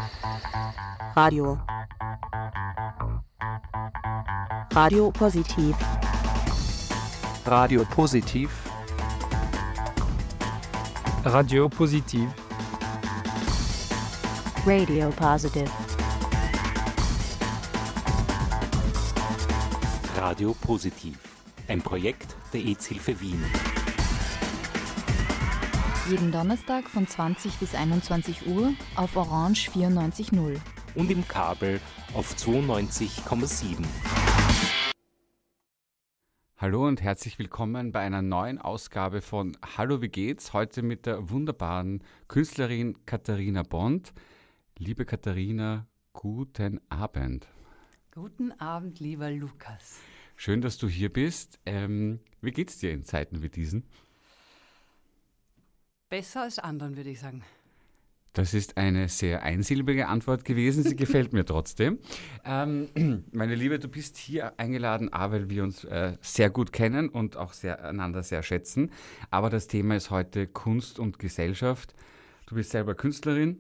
Radio. Radio Positiv. Radio Positiv. Radio Positiv. Radio Positive. Radio Positiv, ein Projekt der EZ-Hilfe Wien. Jeden Donnerstag von 20 bis 21 Uhr auf Orange 94.0. Und im Kabel auf 92,7. Hallo und herzlich willkommen bei einer neuen Ausgabe von Hallo, wie geht's? Heute mit der wunderbaren Künstlerin Katharina Bond. Liebe Katharina, guten Abend. Guten Abend, lieber Lukas. Schön, dass du hier bist. Wie geht's dir in Zeiten wie diesen? Besser als anderen, würde ich sagen. Das ist eine sehr einsilbige Antwort gewesen. Sie gefällt mir trotzdem. Meine Liebe, du bist hier eingeladen, weil wir uns sehr gut kennen und auch einander sehr schätzen. Aber das Thema ist heute Kunst und Gesellschaft. Du bist selber Künstlerin.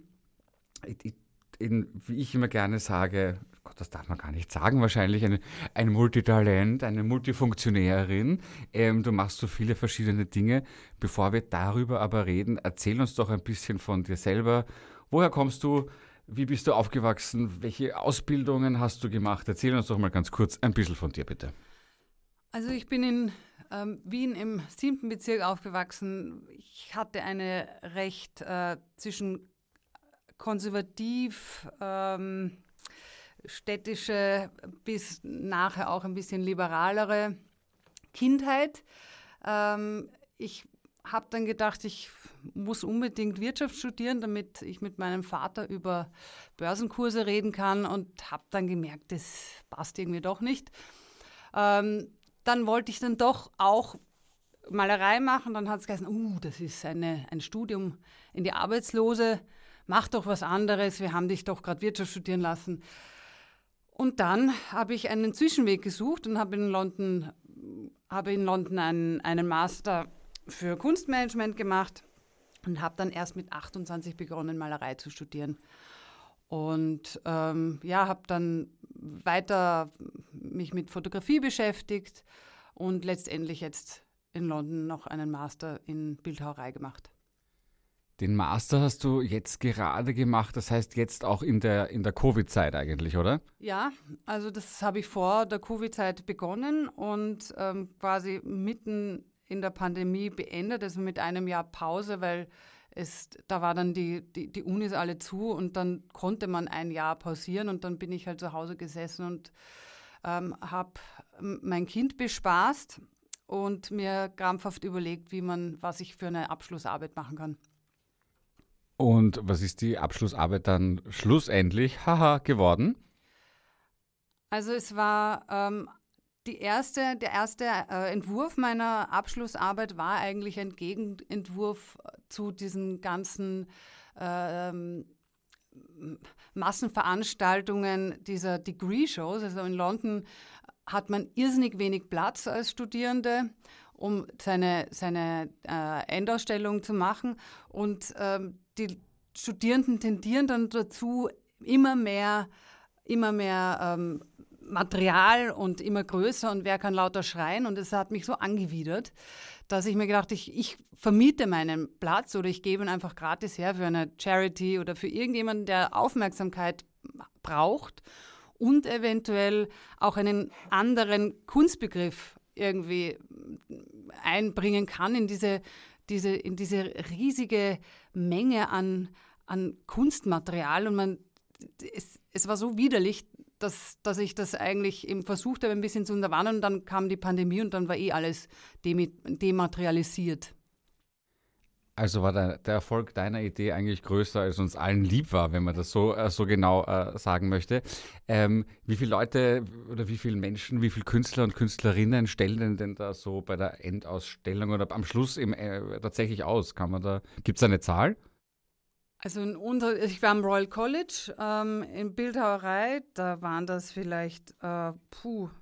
Wie ich immer gerne sage, Gott, das darf man gar nicht sagen, wahrscheinlich ein Multitalent, eine Multifunktionärin. Du machst so viele verschiedene Dinge. Bevor wir darüber aber reden, erzähl uns doch ein bisschen von dir selber. Woher kommst du? Wie bist du aufgewachsen? Welche Ausbildungen hast du gemacht? Erzähl uns doch mal ganz kurz ein bisschen von dir, bitte. Also ich bin in Wien im 7. Bezirk aufgewachsen. Ich hatte eine recht zwischen konservativ, städtische bis nachher auch ein bisschen liberalere Kindheit. Ich habe dann gedacht, ich muss unbedingt Wirtschaft studieren, damit ich mit meinem Vater über Börsenkurse reden kann, und habe dann gemerkt, das passt irgendwie doch nicht. Dann wollte ich dann doch auch Malerei machen. Dann hat es geheißen, das ist ein Studium in die Arbeitslose. Mach doch was anderes, wir haben dich doch gerade Wirtschaft studieren lassen. Und dann habe ich einen Zwischenweg gesucht und habe in London einen Master für Kunstmanagement gemacht und habe dann erst mit 28 begonnen, Malerei zu studieren. Und habe dann weiter mich mit Fotografie beschäftigt und letztendlich jetzt in London noch einen Master in Bildhauerei gemacht. Den Master hast du jetzt gerade gemacht, das heißt jetzt auch in der Covid-Zeit eigentlich, oder? Ja, also das habe ich vor der Covid-Zeit begonnen und quasi mitten in der Pandemie beendet, also mit einem Jahr Pause, weil da war dann die Unis alle zu und dann konnte man ein Jahr pausieren, und dann bin ich halt zu Hause gesessen und habe mein Kind bespaßt und mir krampfhaft überlegt, was ich für eine Abschlussarbeit machen kann. Und was ist die Abschlussarbeit dann schlussendlich geworden? Also es war der erste Entwurf meiner Abschlussarbeit war eigentlich ein Gegenentwurf zu diesen ganzen Massenveranstaltungen dieser Degree-Shows. Also in London hat man irrsinnig wenig Platz als Studierende, um seine Endausstellung zu machen, und die Studierenden tendieren dann dazu, immer mehr Material und immer größer, und wer kann lauter schreien, und es hat mich so angewidert, dass ich mir gedacht, ich vermiete meinen Platz oder ich gebe ihn einfach gratis her für eine Charity oder für irgendjemanden, der Aufmerksamkeit braucht und eventuell auch einen anderen Kunstbegriff irgendwie einbringen kann in diese riesige Menge an Kunstmaterial. Und es war so widerlich, dass ich das eigentlich eben versucht habe, ein bisschen zu unterwandern. Und dann kam die Pandemie und dann war alles dematerialisiert. Also war der Erfolg deiner Idee eigentlich größer, als uns allen lieb war, wenn man das so genau sagen möchte. Wie viele Leute oder wie viele Menschen, wie viele Künstler und Künstlerinnen stellen denn da so bei der Endausstellung oder am Schluss tatsächlich aus? Gibt es eine Zahl? Also ich war am Royal College in Bildhauerei, da waren das vielleicht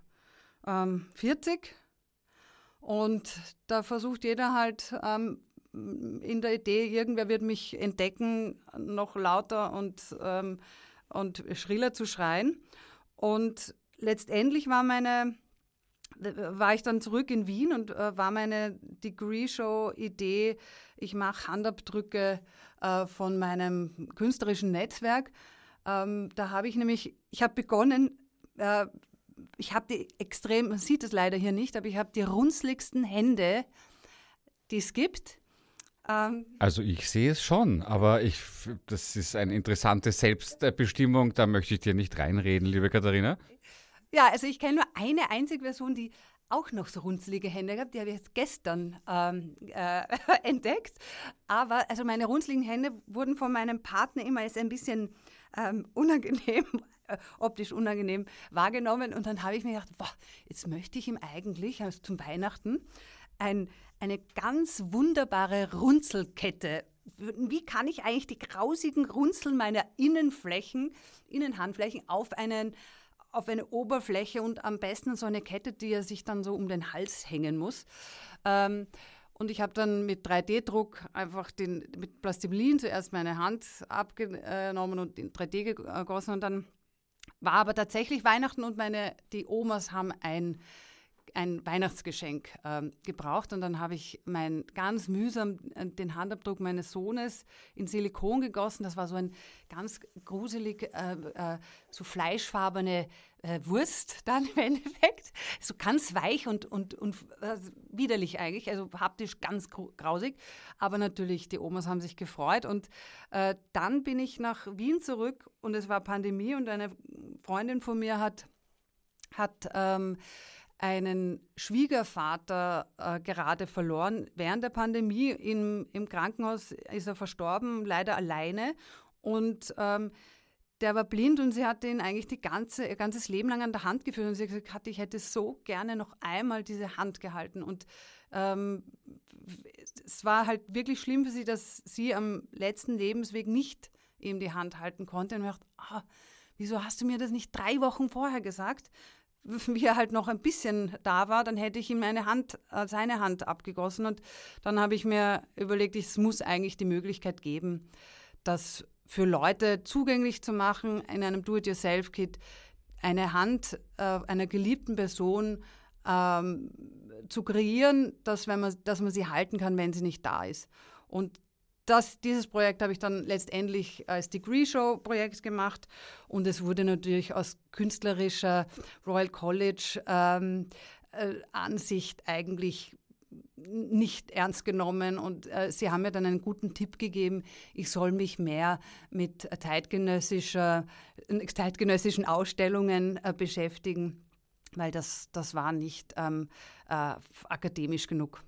40. Und da versucht jeder halt in der Idee, irgendwer wird mich entdecken, noch lauter und schriller zu schreien. Und letztendlich war ich dann zurück in Wien und war meine Degree-Show-Idee, ich mache Handabdrücke von meinem künstlerischen Netzwerk. Da habe ich begonnen, ich habe man sieht es leider hier nicht, aber ich habe die runzligsten Hände, die es gibt. Also ich sehe es schon, aber das ist eine interessante Selbstbestimmung, da möchte ich dir nicht reinreden, liebe Katharina. Ja, also ich kenne nur eine einzige Person, die auch noch so runzelige Hände gehabt. Die habe ich jetzt gestern entdeckt. Aber also meine runzeligen Hände wurden von meinem Partner immer als ein bisschen unangenehm, optisch unangenehm wahrgenommen. Und dann habe ich mir gedacht, boah, jetzt möchte ich ihm eigentlich also zum Weihnachten eine ganz wunderbare Runzelkette. Wie kann ich eigentlich die grausigen Runzeln meiner Innenhandflächen auf eine Oberfläche und am besten so eine Kette, die er sich dann so um den Hals hängen muss. Und ich habe dann mit 3D-Druck einfach mit Plastilin zuerst meine Hand abgenommen und in 3D gegossen. Und dann war aber tatsächlich Weihnachten und die Omas haben ein Weihnachtsgeschenk gebraucht. Und dann habe ich ganz mühsam den Handabdruck meines Sohnes in Silikon gegossen. Das war so ein ganz gruselig, so fleischfarbene Wurst dann im Endeffekt. So ganz weich und widerlich eigentlich, also haptisch ganz grausig. Aber natürlich, die Omas haben sich gefreut. Und dann bin ich nach Wien zurück und es war Pandemie und eine Freundin von mir hat einen Schwiegervater gerade verloren. Während der Pandemie im Krankenhaus ist er verstorben, leider alleine. Und der war blind und sie hat ihn eigentlich ihr ganzes Leben lang an der Hand geführt. Und sie hat gesagt, ich hätte so gerne noch einmal diese Hand gehalten. Und es war halt wirklich schlimm für sie, dass sie am letzten Lebensweg nicht ihm die Hand halten konnte. Und ich dachte, wieso hast du mir das nicht 3 Wochen vorher gesagt? Wie er halt noch ein bisschen da war, dann hätte ich ihm seine Hand abgegossen. Und dann habe ich mir überlegt, es muss eigentlich die Möglichkeit geben, das für Leute zugänglich zu machen, in einem Do-it-yourself-Kit eine Hand einer geliebten Person zu kreieren, dass man sie halten kann, wenn sie nicht da ist. Und dieses Projekt habe ich dann letztendlich als Degree-Show-Projekt gemacht und es wurde natürlich aus künstlerischer Royal College Ansicht eigentlich nicht ernst genommen und sie haben mir dann einen guten Tipp gegeben, ich soll mich mehr mit zeitgenössischen Ausstellungen beschäftigen, weil das war nicht akademisch genug.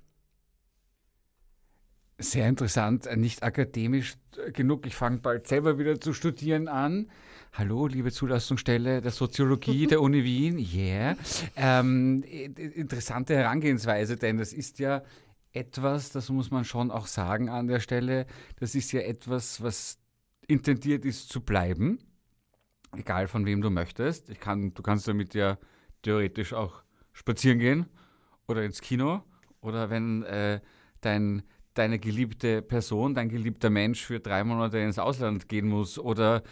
Sehr interessant, nicht akademisch genug. Ich fange bald selber wieder zu studieren an. Hallo, liebe Zulassungsstelle der Soziologie der Uni Wien. Yeah. Interessante Herangehensweise, denn das ist ja etwas, das muss man schon auch sagen an der Stelle, das ist ja etwas, was intendiert ist zu bleiben, egal von wem du möchtest. Du kannst damit ja theoretisch auch spazieren gehen oder ins Kino oder wenn deine geliebte Person, dein geliebter Mensch für 3 Monate ins Ausland gehen muss oder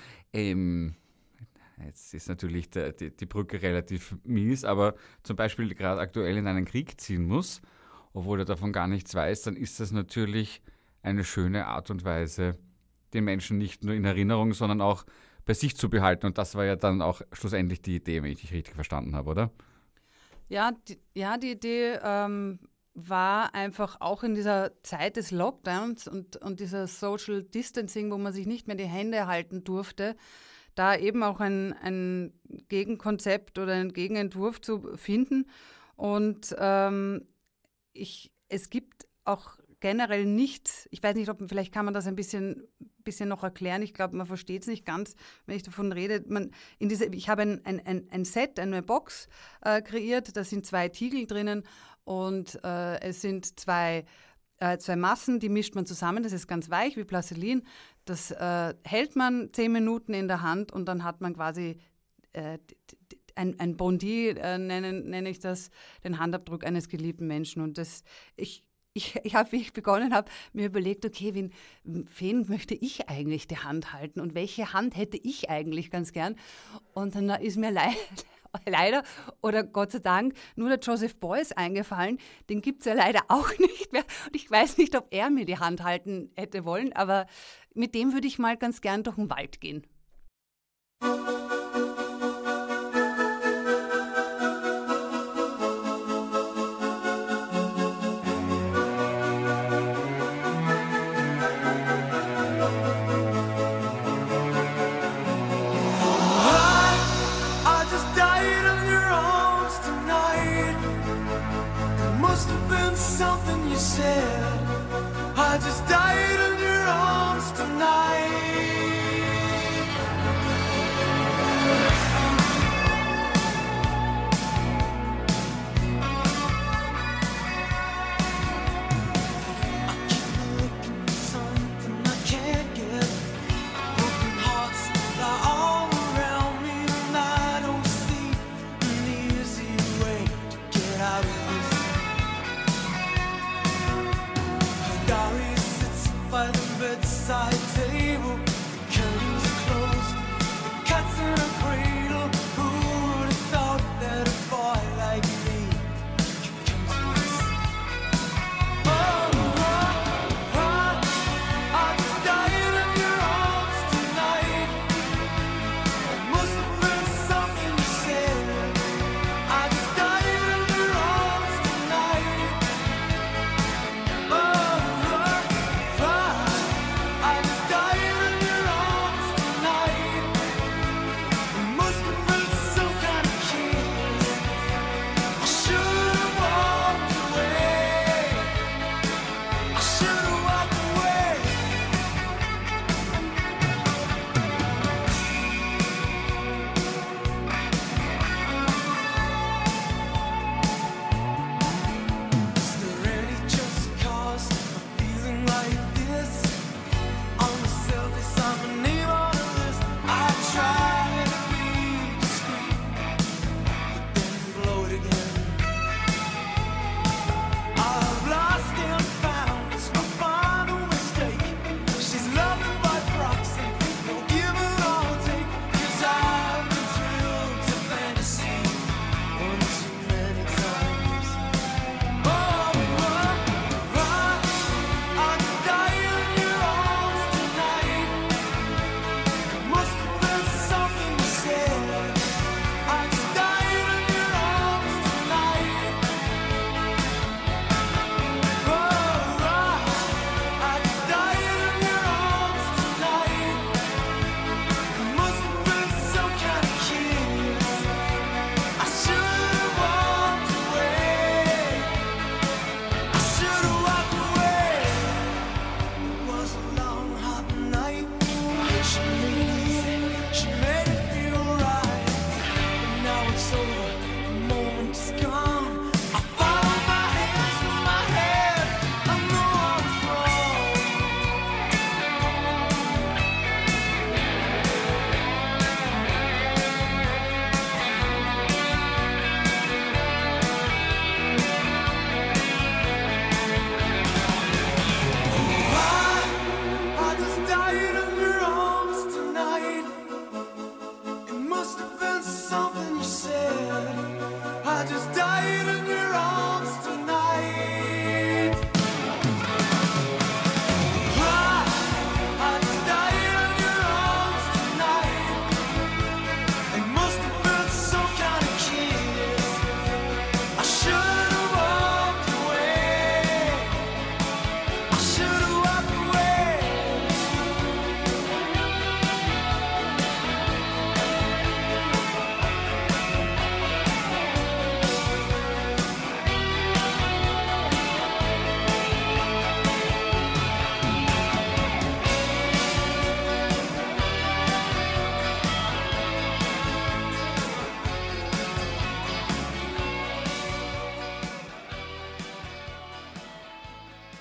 jetzt ist natürlich die Brücke relativ mies, aber zum Beispiel gerade aktuell in einen Krieg ziehen muss, obwohl er davon gar nichts weiß, dann ist das natürlich eine schöne Art und Weise, den Menschen nicht nur in Erinnerung, sondern auch bei sich zu behalten. Und das war ja dann auch schlussendlich die Idee, wenn ich dich richtig verstanden habe, oder? Ja, die Idee war einfach auch in dieser Zeit des Lockdowns und dieser Social Distancing, wo man sich nicht mehr die Hände halten durfte, da eben auch ein Gegenkonzept oder einen Gegenentwurf zu finden. Und es gibt auch generell nichts, ich weiß nicht, vielleicht kann man das ein bisschen noch erklären, ich glaube, man versteht es nicht ganz, wenn ich davon rede. Ich habe ein Set, eine Box kreiert, da sind 2 Tiegel drinnen und es sind zwei Massen, die mischt man zusammen, das ist ganz weich wie Plastilin, das hält man 10 Minuten in der Hand und dann hat man quasi ein Bondi, nenne ich das, den Handabdruck eines geliebten Menschen. Und wie ich begonnen habe, mir überlegt, okay, wen möchte ich eigentlich die Hand halten und welche Hand hätte ich eigentlich ganz gern? Und dann ist mir leider oder Gott sei Dank nur der Joseph Beuys eingefallen. Den gibt es ja leider auch nicht mehr. Und ich weiß nicht, ob er mir die Hand halten hätte wollen, aber mit dem würde ich mal ganz gern durch den Wald gehen. I just died in your arms tonight. I keep looking for something I can't get. Broken hearts lie all around me, and I don't see an easy way to get out of this. Gary sits by the bedside table, the curtains are closed, the cat's in a cradle. Who would have thought that a boy like me could come to this? I just died in your arms tonight. It must have been something you said. I just died in your arms tonight.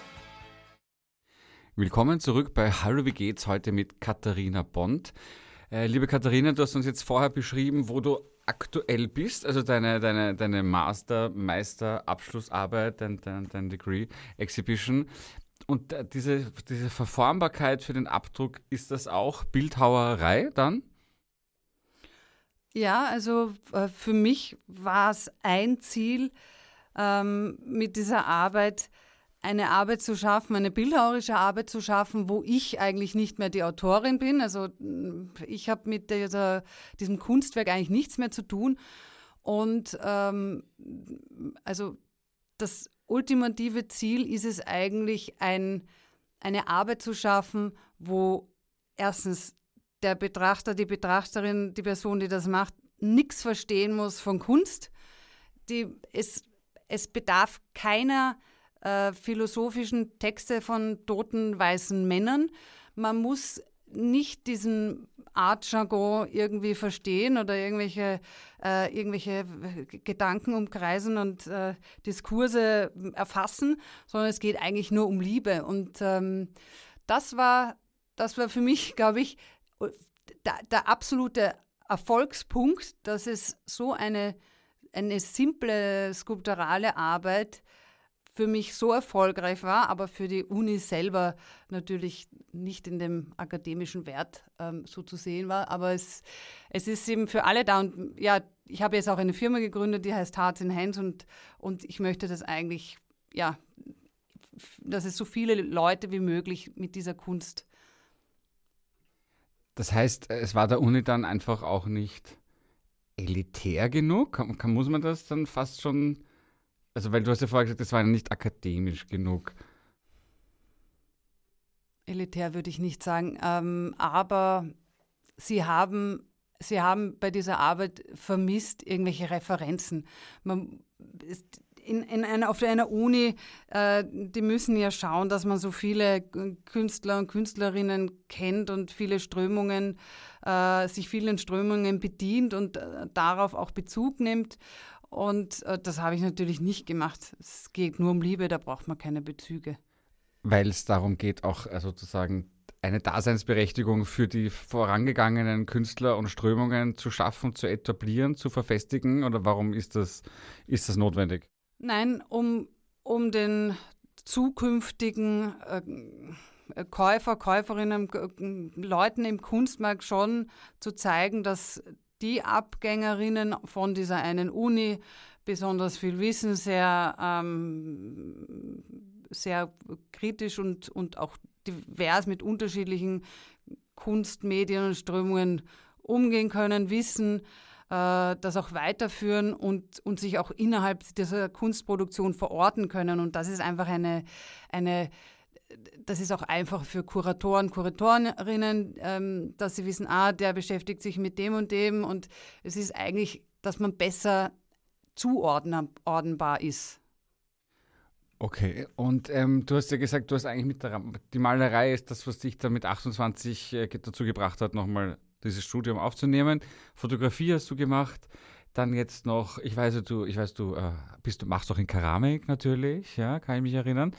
Willkommen zurück bei Hallo, wie geht's? Heute mit Katharina Bond. Liebe Katharina, du hast uns jetzt vorher beschrieben, wo du aktuell bist, also deine Meister-Abschlussarbeit, dein Degree Exhibition. Und diese Verformbarkeit für den Abdruck, ist das auch Bildhauerei dann? Ja, also für mich war es ein Ziel, mit dieser Arbeit eine Arbeit zu schaffen, eine bildhauerische Arbeit zu schaffen, wo ich eigentlich nicht mehr die Autorin bin. Also ich habe mit diesem Kunstwerk eigentlich nichts mehr zu tun. Und also das ultimative Ziel ist es eigentlich, eine Arbeit zu schaffen, wo erstens der Betrachter, die Betrachterin, die Person, die das macht, nichts verstehen muss von Kunst. Es bedarf keiner philosophischen Texte von toten weißen Männern. Man muss nicht diesen Art-Jargon irgendwie verstehen oder irgendwelche Gedanken umkreisen und Diskurse erfassen, sondern es geht eigentlich nur um Liebe. Und das war für mich, glaube ich, der absolute Erfolgspunkt, dass es so eine simple skulpturale Arbeit für mich so erfolgreich war, aber für die Uni selber natürlich nicht in dem akademischen Wert so zu sehen war. Aber es ist eben für alle da. Und ja, ich habe jetzt auch eine Firma gegründet, die heißt Hearts in Hands und ich möchte das eigentlich, ja, dass es so viele Leute wie möglich mit dieser Kunst. Das heißt, es war der Uni dann einfach auch nicht elitär genug? Muss man das dann fast schon... Also, weil du hast ja vorher gesagt, das war nicht akademisch genug. Elitär würde ich nicht sagen, aber sie haben bei dieser Arbeit vermisst irgendwelche Referenzen. Auf einer Uni, die müssen ja schauen, dass man so viele Künstler und Künstlerinnen kennt und sich vielen Strömungen bedient und darauf auch Bezug nimmt. Und das habe ich natürlich nicht gemacht. Es geht nur um Liebe, da braucht man keine Bezüge. Weil es darum geht, auch sozusagen eine Daseinsberechtigung für die vorangegangenen Künstler und Strömungen zu schaffen, zu etablieren, zu verfestigen? Oder warum ist das notwendig? Nein, um den zukünftigen Käufer, Käuferinnen, Leuten im Kunstmarkt schon zu zeigen, dass die Abgängerinnen von dieser einen Uni besonders viel wissen, sehr kritisch und auch divers mit unterschiedlichen Kunstmedien und Strömungen umgehen können, wissen, das auch weiterführen und sich auch innerhalb dieser Kunstproduktion verorten können. Und das ist einfach das ist auch einfach für Kuratoren, Kuratorinnen, dass sie wissen, der beschäftigt sich mit dem und es ist eigentlich, dass man besser zuordnenbar ist. Okay, und du hast ja gesagt, du hast eigentlich die Malerei ist das, was dich dann mit 28 dazu gebracht hat, nochmal dieses Studium aufzunehmen. Fotografie hast du gemacht, dann jetzt noch, ich weiß, du machst auch in Keramik natürlich, ja, kann ich mich erinnern.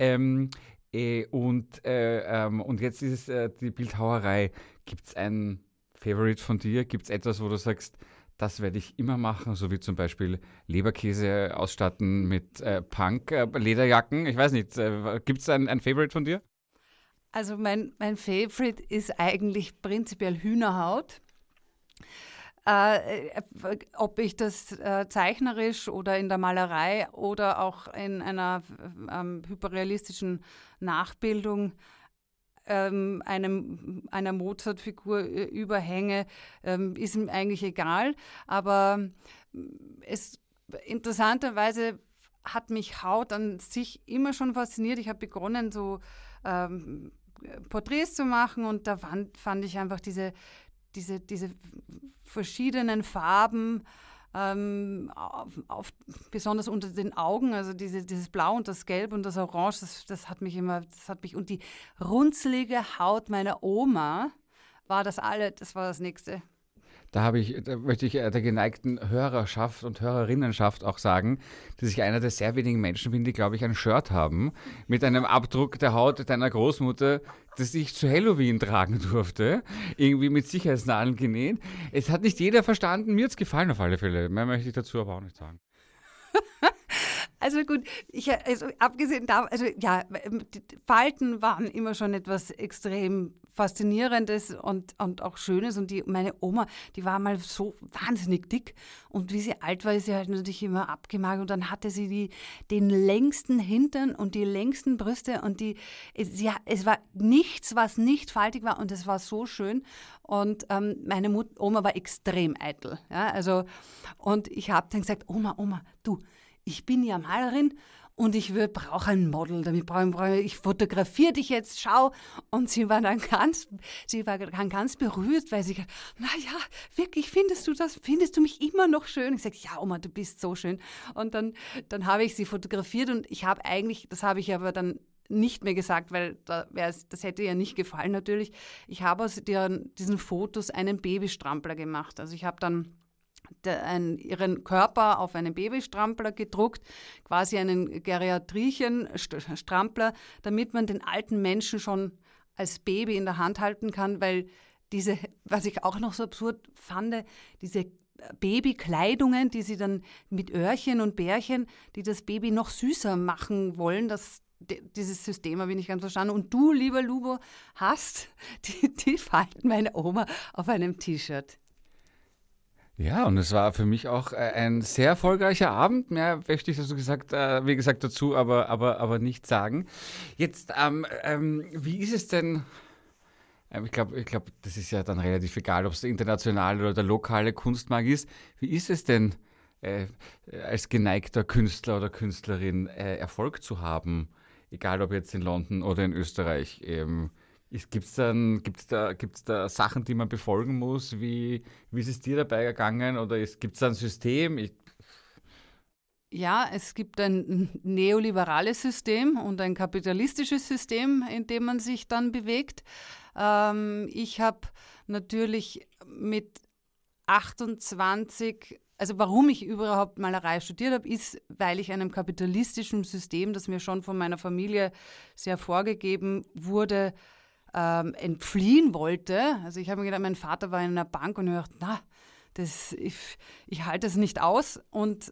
Und jetzt ist es die Bildhauerei. Gibt es ein Favorite von dir? Gibt es etwas, wo du sagst, das werde ich immer machen, so wie zum Beispiel Leberkäse ausstatten mit Punk-Lederjacken? Ich weiß nicht, gibt es ein Favorite von dir? Also mein Favorite ist eigentlich prinzipiell Hühnerhaut. Ob ich das zeichnerisch oder in der Malerei oder auch in einer hyperrealistischen Nachbildung einer Mozart-Figur überhänge, ist mir eigentlich egal. Aber interessanterweise hat mich Haut an sich immer schon fasziniert. Ich habe begonnen, so Porträts zu machen und da fand ich einfach diese verschiedenen Farben, besonders unter den Augen, also dieses Blau und das Gelb und das Orange, das hat mich und die runzelige Haut meiner Oma war das war das Nächste. Da möchte ich der geneigten Hörerschaft und Hörerinnenschaft auch sagen, dass ich einer der sehr wenigen Menschen bin, die, glaube ich, ein Shirt haben mit einem Abdruck der Haut deiner Großmutter, das ich zu Halloween tragen durfte. Irgendwie mit Sicherheitsnadeln genäht. Es hat nicht jeder verstanden, mir hat es gefallen auf alle Fälle. Mehr möchte ich dazu aber auch nicht sagen. Also gut, abgesehen davon, die Falten waren immer schon etwas extrem Faszinierendes und auch Schönes. Und meine Oma, die war mal so wahnsinnig dick. Und wie sie alt war, ist sie halt natürlich immer abgemagert. Und dann hatte sie den längsten Hintern und die längsten Brüste. Und es war nichts, was nicht faltig war. Und es war so schön. Und meine Oma war extrem eitel. Ja, also, und ich habe dann gesagt, Oma, du, ich bin ja Malerin und ich brauche ein Model, damit ich fotografiere dich jetzt, schau. Und sie war dann ganz berührt, weil sie gesagt, naja, wirklich, findest du mich immer noch schön? Ich sage, ja Oma, du bist so schön. Und dann habe ich sie fotografiert und das habe ich aber dann nicht mehr gesagt, weil das hätte ihr nicht gefallen natürlich. Ich habe aus diesen Fotos einen Babystrampler gemacht. Also ich habe dann ihren Körper auf einen Babystrampler gedruckt, quasi einen Geriatrichenstrampler, damit man den alten Menschen schon als Baby in der Hand halten kann, weil was ich auch noch so absurd fand, diese Babykleidungen, die sie dann mit Öhrchen und Bärchen, die das Baby noch süßer machen wollen, dieses System habe ich nicht ganz verstanden. Und du, lieber Lubo, hast die Falten meiner Oma auf einem T-Shirt. Ja, und es war für mich auch ein sehr erfolgreicher Abend. Mehr möchte ich wie gesagt, dazu aber nicht sagen. Jetzt, wie ist es denn? Ich glaube, das ist ja dann relativ egal, ob es der internationale oder der lokale Kunstmarkt ist. Wie ist es denn, als geneigter Künstler oder Künstlerin Erfolg zu haben? Egal, ob jetzt in London oder in Österreich. Gibt es da Sachen, die man befolgen muss? Wie ist es dir dabei gegangen? Oder gibt es da ein System? Ja, es gibt ein neoliberales System und ein kapitalistisches System, in dem man sich dann bewegt. Ich habe natürlich mit 28, also warum ich überhaupt Malerei studiert habe, ist, weil ich einem kapitalistischen System, das mir schon von meiner Familie sehr vorgegeben wurde, entfliehen wollte. Also ich habe mir gedacht, mein Vater war in einer Bank und ich dachte, ich halte das nicht aus und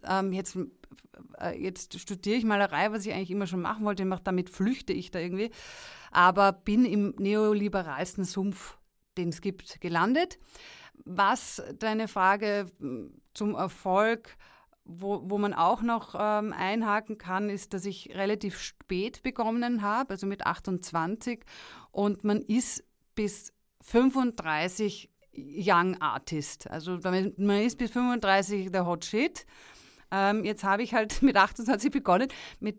jetzt studiere ich Malerei, was ich eigentlich immer schon machen wollte. Damit flüchte ich da irgendwie, aber bin im neoliberalsten Sumpf, den es gibt, gelandet. Was deine Frage zum Erfolg, wo man auch noch einhaken kann, ist, dass ich relativ spät begonnen habe, also mit 28, und man ist bis 35 Young Artist. Also man ist bis 35 der Hot Shit. Jetzt habe ich halt mit 28 begonnen, mit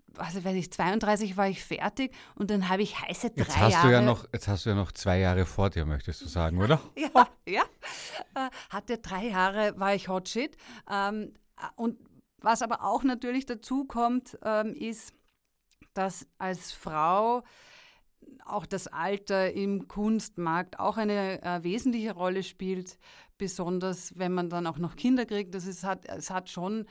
32 war ich fertig und dann habe ich heiße 3 Jahre. Jetzt hast du ja noch 2 Jahre vor dir, möchtest du sagen, oder? Ja. Hatte 3 Jahre, war ich Hot Shit. Und was aber auch natürlich dazu kommt, ist, dass als Frau auch das Alter im Kunstmarkt auch eine wesentliche Rolle spielt, besonders wenn man dann auch noch Kinder kriegt. Es hat schon,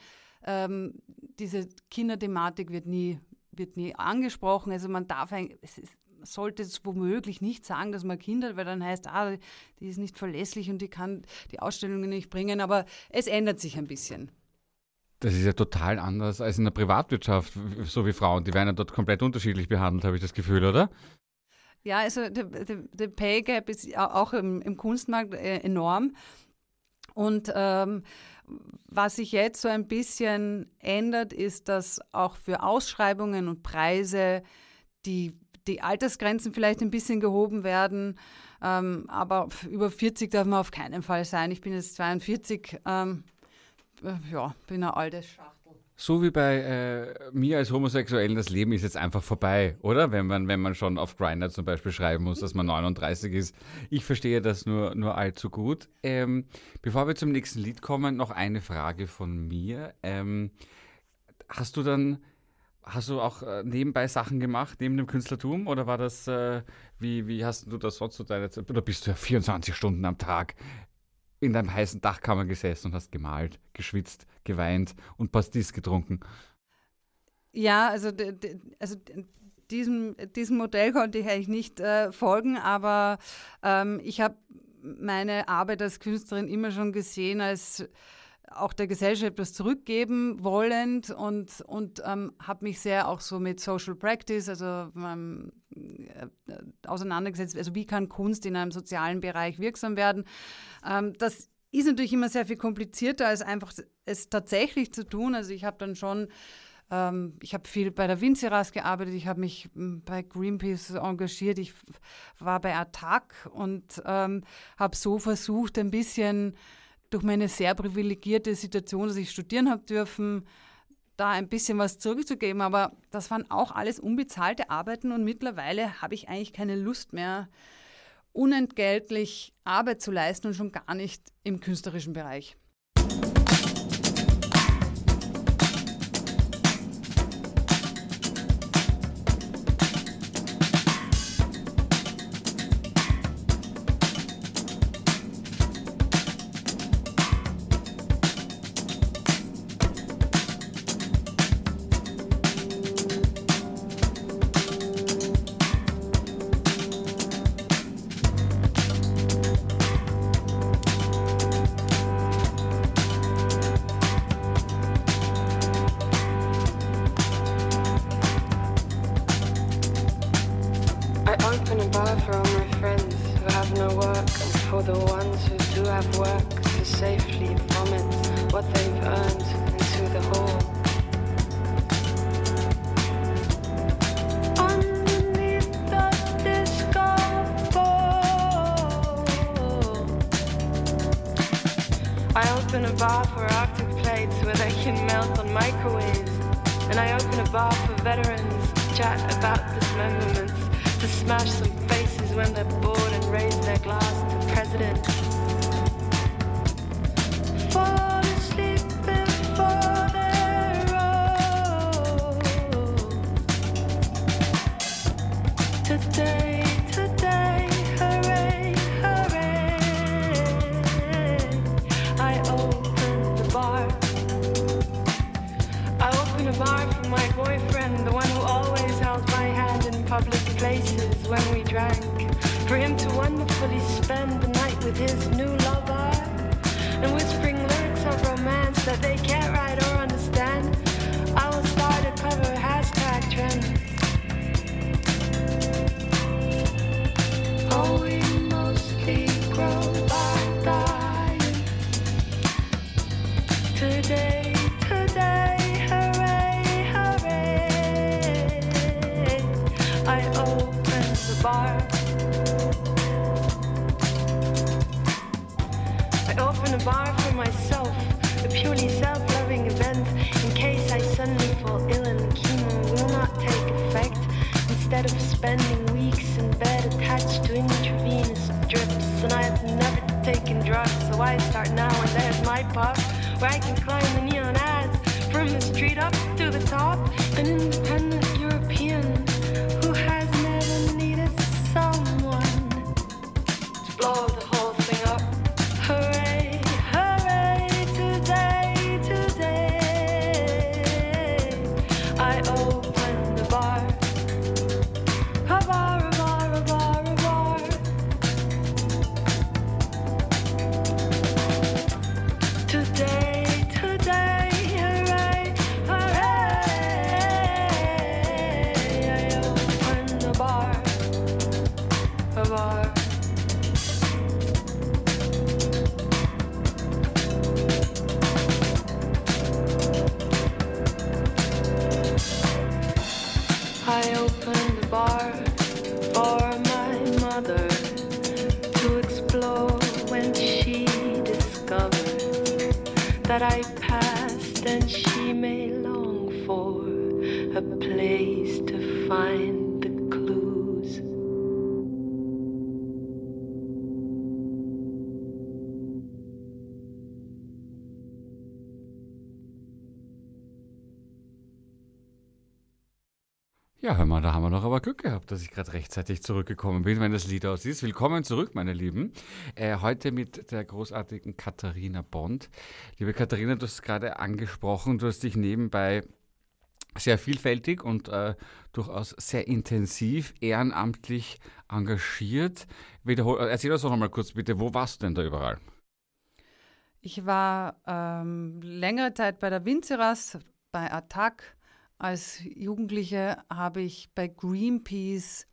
diese Kinderthematik wird nie angesprochen. Also man sollte es womöglich nicht sagen, dass man Kinder hat, weil dann heißt, die ist nicht verlässlich und die kann die Ausstellungen nicht bringen. Aber es ändert sich ein bisschen. Das ist ja total anders als in der Privatwirtschaft, so wie Frauen. Die werden ja dort komplett unterschiedlich behandelt, habe ich das Gefühl, oder? Ja, also der Pay Gap ist auch im Kunstmarkt enorm. Und was sich jetzt so ein bisschen ändert, ist, dass auch für Ausschreibungen und Preise die Altersgrenzen vielleicht ein bisschen gehoben werden. Aber über 40 darf man auf keinen Fall sein. Ich bin jetzt 42. Bin eine alte Schachtel. So wie bei mir als Homosexuellen, das Leben ist jetzt einfach vorbei, oder? Wenn man schon auf Grindr zum Beispiel schreiben muss, dass man 39 ist. Ich verstehe das nur allzu gut. Bevor wir zum nächsten Lied kommen, noch eine Frage von mir. Hast du auch nebenbei Sachen gemacht, neben dem Künstlertum? Oder war das, wie hast du das sonst so deine Zeit? Oder bist du ja 24 Stunden am Tag in deinem heißen Dachkammer gesessen und hast gemalt, geschwitzt, geweint und Pastis getrunken. Ja, also diesem Modell konnte ich eigentlich nicht folgen, aber ich habe meine Arbeit als Künstlerin immer schon gesehen als auch der Gesellschaft etwas zurückgeben wollend und habe mich sehr auch so mit Social Practice, also auseinandergesetzt. Also wie kann Kunst in einem sozialen Bereich wirksam werden? Das ist natürlich immer sehr viel komplizierter, als einfach es tatsächlich zu tun. Also ich habe dann schon ich habe viel bei der Vinceras gearbeitet, ich habe mich bei Greenpeace engagiert, ich war bei Attac und habe so versucht, ein bisschen durch meine sehr privilegierte Situation, dass ich studieren habe dürfen, da ein bisschen was zurückzugeben. Aber das waren auch alles unbezahlte Arbeiten und mittlerweile habe ich eigentlich keine Lust mehr, unentgeltlich Arbeit zu leisten und schon gar nicht im künstlerischen Bereich. Ja, hör mal, da haben wir doch aber Glück gehabt, dass ich gerade rechtzeitig zurückgekommen bin, wenn das Lied aus ist. Willkommen zurück, meine Lieben. Heute mit der großartigen Katharina Bond. Liebe Katharina, du hast es gerade angesprochen, du hast dich nebenbei sehr vielfältig und durchaus sehr intensiv ehrenamtlich engagiert. Erzähl uns doch noch mal kurz bitte, wo warst du denn da überall? Ich war längere Zeit bei der Winzeras, bei Attac. Als Jugendliche habe ich bei Greenpeace,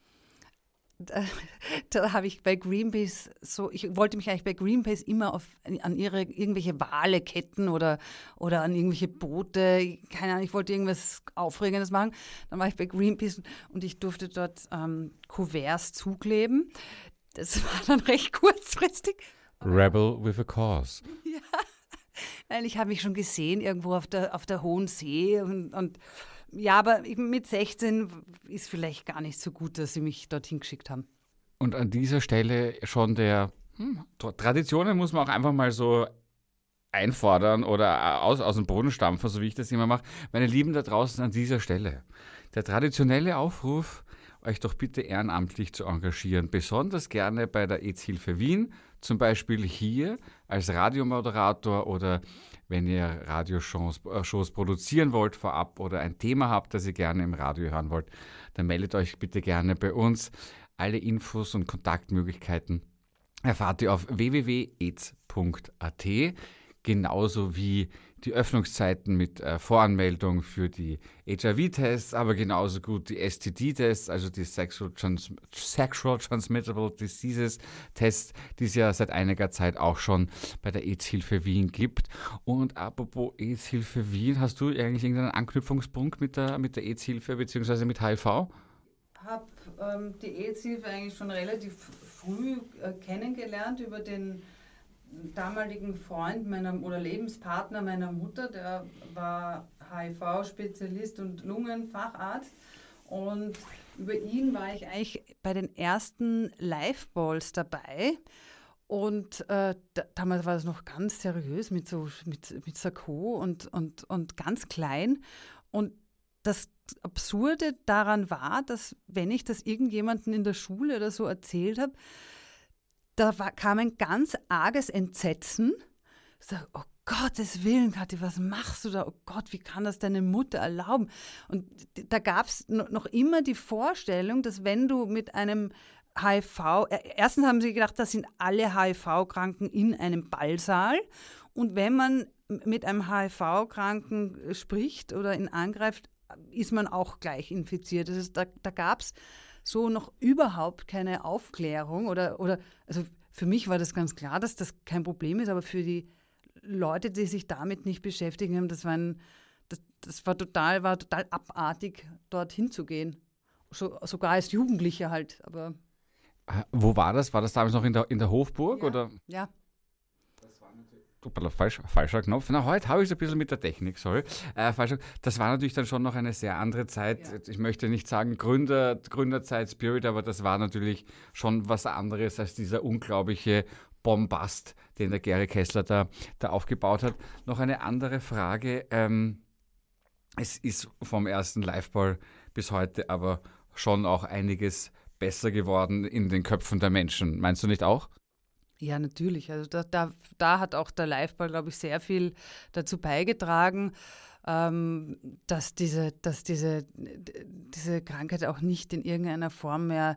ich wollte mich eigentlich bei Greenpeace immer an irgendwelche Wale ketten oder an irgendwelche Boote, keine Ahnung, ich wollte irgendwas Aufregendes machen. Dann war ich bei Greenpeace und ich durfte dort Kuverts zukleben. Das war dann recht kurzfristig. Rebel with a cause. Ja, weil ich habe mich schon gesehen irgendwo auf der Hohen See und ja, aber mit 16 ist vielleicht gar nicht so gut, dass sie mich dorthin geschickt haben. Und an dieser Stelle schon Traditionen muss man auch einfach mal so einfordern oder aus dem Boden stampfen, so wie ich das immer mache. Meine Lieben da draußen an dieser Stelle, der traditionelle Aufruf, euch doch bitte ehrenamtlich zu engagieren, besonders gerne bei der AIDS-Hilfe Wien, zum Beispiel hier als Radiomoderator oder wenn ihr Radioshows produzieren wollt vorab oder ein Thema habt, das ihr gerne im Radio hören wollt, dann meldet euch bitte gerne bei uns. Alle Infos und Kontaktmöglichkeiten erfahrt ihr auf www.aids.at, genauso wie die Öffnungszeiten mit Voranmeldung für die HIV-Tests, aber genauso gut die STD-Tests, also die Sexual Transmittable Diseases-Tests, die es ja seit einiger Zeit auch schon bei der AIDS-Hilfe Wien gibt. Und apropos AIDS-Hilfe Wien, hast du eigentlich irgendeinen Anknüpfungspunkt mit der AIDS-Hilfe bzw. mit HIV? Ich habe die AIDS-Hilfe eigentlich schon relativ früh kennengelernt über den damaligen Freund oder Lebenspartner meiner Mutter, der war HIV-Spezialist und Lungenfacharzt und über ihn war ich eigentlich bei den ersten Live-Balls dabei und damals war das noch ganz seriös mit Sakko und ganz klein und das Absurde daran war, dass wenn ich das irgendjemandem in der Schule oder so erzählt habe, kam ein ganz arges Entsetzen. Ich sage, oh Gottes Willen, Kathi, was machst du da? Oh Gott, wie kann das deine Mutter erlauben? Und da gab es noch immer die Vorstellung, dass wenn du mit einem erstens haben sie gedacht, das sind alle HIV-Kranken in einem Ballsaal. Und wenn man mit einem HIV-Kranken spricht oder ihn angreift, ist man auch gleich infiziert. Das heißt, da gab es so noch überhaupt keine Aufklärung also für mich war das ganz klar, dass das kein Problem ist, aber für die Leute, die sich damit nicht beschäftigen haben, das war total abartig, dorthin zu gehen. Sogar als Jugendlicher halt. Aber wo war das? War das damals noch in der Hofburg? ja, oder? Ja. Falscher Knopf. Na, heute habe ich es ein bisschen mit der Technik, sorry. Das war natürlich dann schon noch eine sehr andere Zeit. Ja. Ich möchte nicht sagen Gründerzeit, Spirit, aber das war natürlich schon was anderes als dieser unglaubliche Bombast, den der Gary Kessler da aufgebaut hat. Noch eine andere Frage. Es ist vom ersten Liveball bis heute aber schon auch einiges besser geworden in den Köpfen der Menschen. Meinst du nicht auch? Ja, natürlich. Also da hat auch der Liveball, glaube ich, sehr viel dazu beigetragen, dass diese Krankheit auch nicht in irgendeiner Form mehr,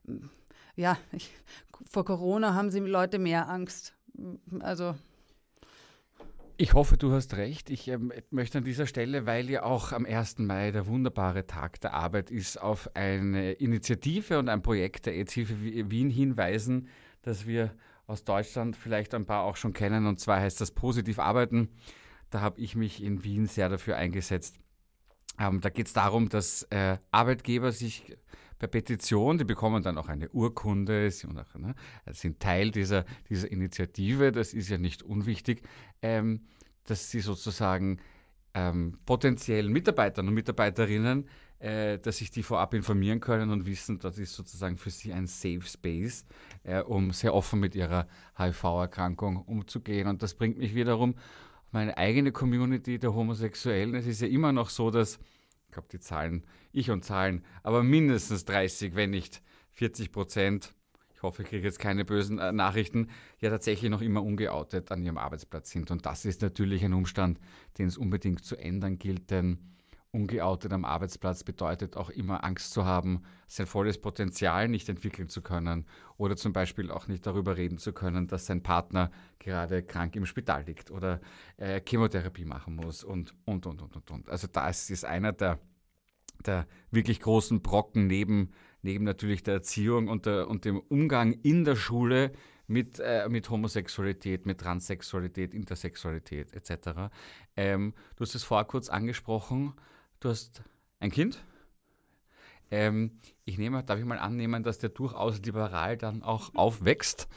vor Corona haben sie Leute mehr Angst. Also ich hoffe, du hast recht. Ich möchte an dieser Stelle, weil ja auch am 1. Mai der wunderbare Tag der Arbeit ist, auf eine Initiative und ein Projekt der AIDS-Hilfe Wien hinweisen, das wir aus Deutschland vielleicht ein paar auch schon kennen, und zwar heißt das Positiv Arbeiten. Da habe ich mich in Wien sehr dafür eingesetzt. Da geht es darum, dass Arbeitgeber sich per Petition, die bekommen dann auch eine Urkunde, sind Teil dieser Initiative, das ist ja nicht unwichtig, dass sie sozusagen potenziellen Mitarbeitern und Mitarbeiterinnen, dass sich die vorab informieren können und wissen, das ist sozusagen für sie ein Safe Space, um sehr offen mit ihrer HIV-Erkrankung umzugehen. Und das bringt mich wiederum auf meine eigene Community der Homosexuellen. Es ist ja immer noch so, dass ich glaube die Zahlen, aber mindestens 30, wenn nicht 40%, ich hoffe, ich kriege jetzt keine bösen Nachrichten, ja tatsächlich noch immer ungeoutet an ihrem Arbeitsplatz sind. Und das ist natürlich ein Umstand, den es unbedingt zu ändern gilt, denn ungeoutet am Arbeitsplatz bedeutet auch immer Angst zu haben, sein volles Potenzial nicht entwickeln zu können oder zum Beispiel auch nicht darüber reden zu können, dass sein Partner gerade krank im Spital liegt oder Chemotherapie machen muss und. Also das ist einer der wirklich großen Brocken neben natürlich der Erziehung und dem Umgang in der Schule mit Homosexualität, mit Transsexualität, Intersexualität etc. Du hast es vorher kurz angesprochen, du hast ein Kind. Darf ich mal annehmen, dass der durchaus liberal dann auch aufwächst?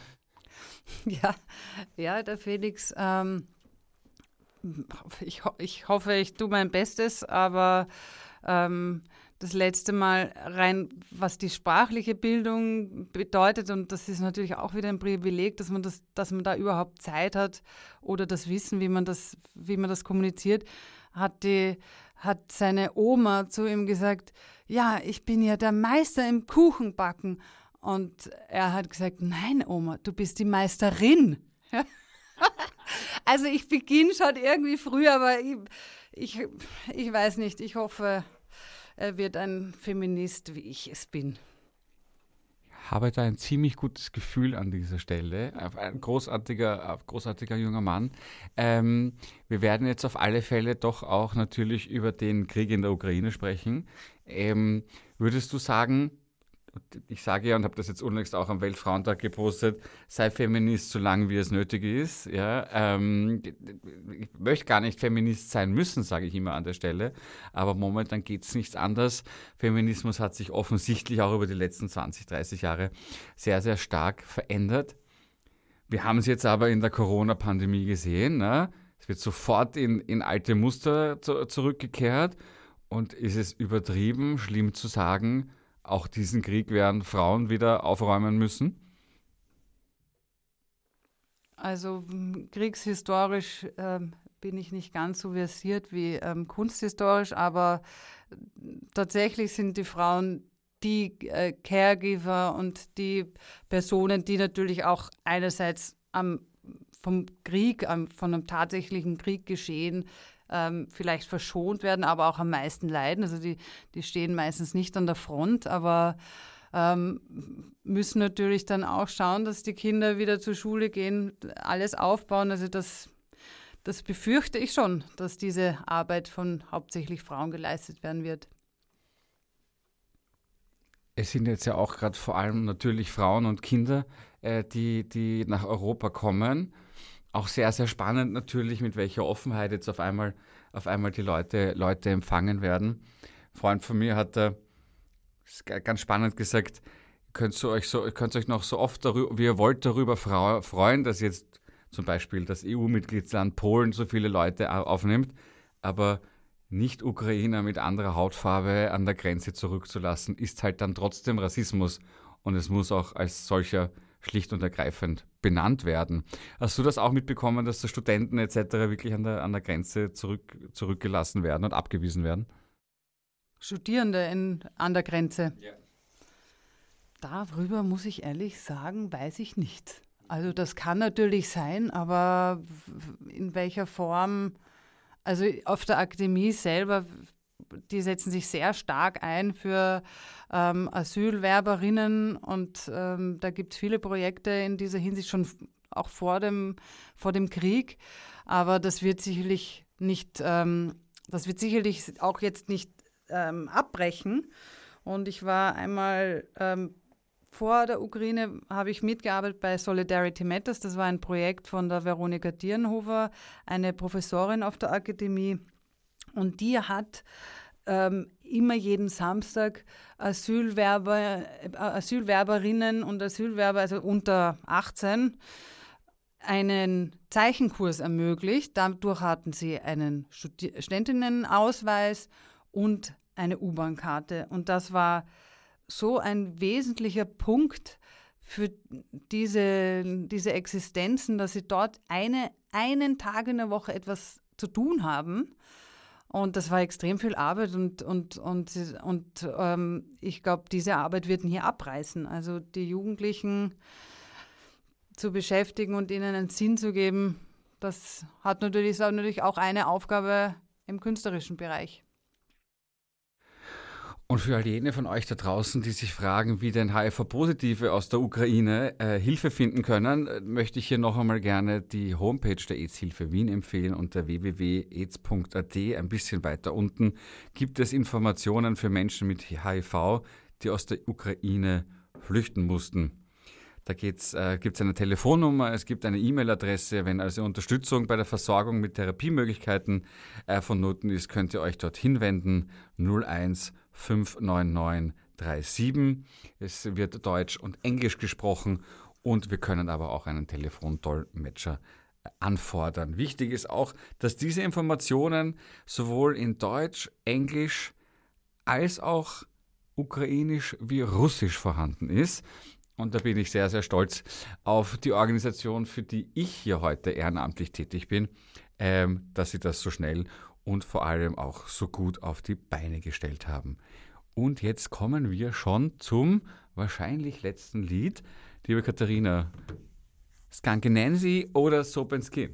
Ja, der Felix, ich hoffe, ich tue mein Bestes, aber das letzte Mal rein, was die sprachliche Bildung bedeutet, und das ist natürlich auch wieder ein Privileg, dass man da überhaupt Zeit hat oder das Wissen, wie man das kommuniziert, hat seine Oma zu ihm gesagt, ja, ich bin ja der Meister im Kuchenbacken. Und er hat gesagt, nein, Oma, du bist die Meisterin. Also ich beginne schon irgendwie früh, aber ich weiß nicht, ich hoffe, er wird ein Feminist, wie ich es bin. Ich habe da ein ziemlich gutes Gefühl an dieser Stelle. Ein großartiger junger Mann. Wir werden jetzt auf alle Fälle doch auch natürlich über den Krieg in der Ukraine sprechen. Würdest du sagen, ich sage ja und habe das jetzt unlängst auch am Weltfrauentag gepostet, sei Feminist, solange wie es nötig ist. Ja, ich möchte gar nicht Feminist sein müssen, sage ich immer an der Stelle, aber momentan geht es nicht anders. Feminismus hat sich offensichtlich auch über die letzten 20, 30 Jahre sehr, sehr stark verändert. Wir haben es jetzt aber in der Corona-Pandemie gesehen. Ne? Es wird sofort in alte Muster zurückgekehrt und ist es übertrieben, schlimm zu sagen, auch diesen Krieg werden Frauen wieder aufräumen müssen? Also kriegshistorisch bin ich nicht ganz so versiert wie kunsthistorisch, aber tatsächlich sind die Frauen die Caregiver und die Personen, die natürlich auch einerseits vom Krieg, von einem tatsächlichen Krieggeschehen vielleicht verschont werden, aber auch am meisten leiden. Also die stehen meistens nicht an der Front, aber müssen natürlich dann auch schauen, dass die Kinder wieder zur Schule gehen, alles aufbauen. Also das befürchte ich schon, dass diese Arbeit von hauptsächlich Frauen geleistet werden wird. Es sind jetzt ja auch gerade vor allem natürlich Frauen und Kinder, die nach Europa kommen. Auch sehr, sehr spannend natürlich, mit welcher Offenheit jetzt auf einmal die Leute empfangen werden. Ein Freund von mir hat ganz spannend gesagt, ihr könnt euch noch so oft wie ihr wollt darüber freuen, dass jetzt zum Beispiel das EU-Mitgliedsland Polen so viele Leute aufnimmt, aber nicht Ukrainer mit anderer Hautfarbe an der Grenze zurückzulassen, ist halt dann trotzdem Rassismus und es muss auch als solcher schlicht und ergreifend benannt werden. Hast du das auch mitbekommen, dass die Studenten etc. wirklich an der Grenze zurückgelassen werden und abgewiesen werden? Studierende an der Grenze? Ja. Darüber muss ich ehrlich sagen, weiß ich nicht. Also das kann natürlich sein, aber in welcher Form, also auf der Akademie selber, die setzen sich sehr stark ein für Asylwerberinnen und da gibt es viele Projekte in dieser Hinsicht schon auch vor dem Krieg, aber das wird sicherlich auch jetzt nicht abbrechen. Und ich war einmal vor der Ukraine, habe ich mitgearbeitet bei Solidarity Matters. Das war ein Projekt von der Veronika Dierenhofer, eine Professorin auf der Akademie. Und die hat immer jeden Samstag Asylwerberinnen und Asylwerber, also unter 18, einen Zeichenkurs ermöglicht. Dadurch hatten sie einen Studentinnenausweis und eine U-Bahn-Karte. Und das war so ein wesentlicher Punkt für diese Existenzen, dass sie dort einen Tag in der Woche etwas zu tun haben. Und das war extrem viel Arbeit und ich glaube, diese Arbeit wird ihn hier abreißen. Also die Jugendlichen zu beschäftigen und ihnen einen Sinn zu geben, ist natürlich auch eine Aufgabe im künstlerischen Bereich. Und für all jene von euch da draußen, die sich fragen, wie denn HIV-Positive aus der Ukraine Hilfe finden können, möchte ich hier noch einmal gerne die Homepage der AIDS-Hilfe Wien empfehlen. Unter www.aids.at, ein bisschen weiter unten, gibt es Informationen für Menschen mit HIV, die aus der Ukraine flüchten mussten. Da gibt es eine Telefonnummer, es gibt eine E-Mail-Adresse. Wenn also Unterstützung bei der Versorgung mit Therapiemöglichkeiten vonnöten ist, könnt ihr euch dorthin wenden. 01 599 37. Es wird Deutsch und Englisch gesprochen und wir können aber auch einen Telefondolmetscher anfordern. Wichtig ist auch, dass diese Informationen sowohl in Deutsch, Englisch als auch Ukrainisch wie Russisch vorhanden ist. Und da bin ich sehr, sehr stolz auf die Organisation, für die ich hier heute ehrenamtlich tätig bin, dass sie das so schnell und vor allem auch so gut auf die Beine gestellt haben. Und jetzt kommen wir schon zum wahrscheinlich letzten Lied. Liebe Katharina, Skunky Nancy oder Soap and Skin?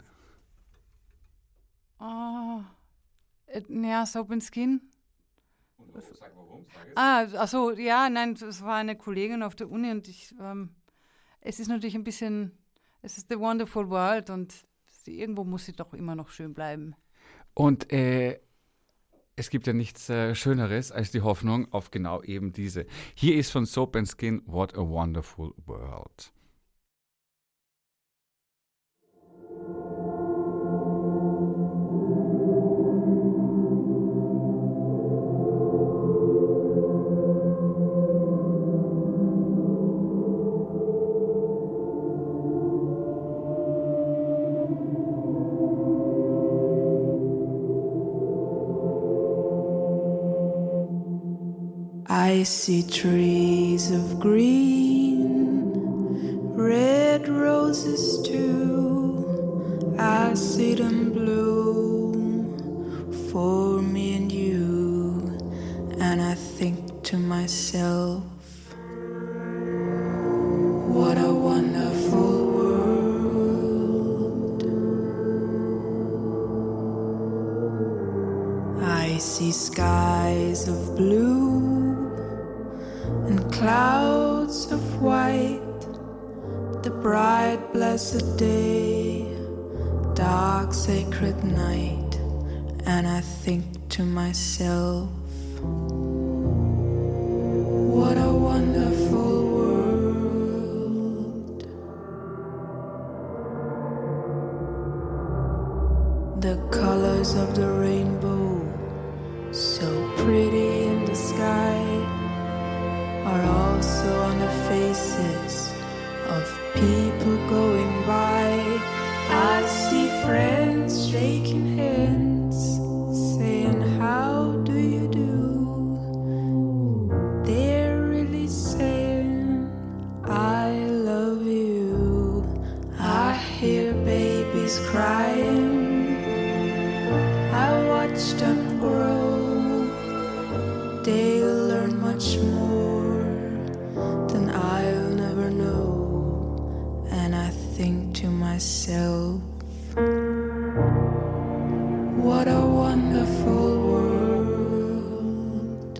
Ja, Soap and Skin. Sag warum, Das war eine Kollegin auf der Uni und es ist natürlich ein bisschen, es ist The Wonderful World und irgendwo muss sie doch immer noch schön bleiben. Und es gibt ja nichts Schöneres als die Hoffnung auf genau eben diese. Hier ist von Soap and Skin What a Wonderful World. I see trees of green, red roses too. I see them bloom for me and you, and I think to myself, what a wonderful world. I see skies of blue and clouds of white, the bright blessed day, dark sacred night, and I think to myself, what a wonderful world. The colors of the rainbow, so pretty in the sky, are also on the faces of people going by. I see friends shaking hands, saying, how do you do? They're really saying, I love you. I hear babies crying, I watch them grow. They'll learn much more than I'll never know, and I think to myself, what a wonderful world.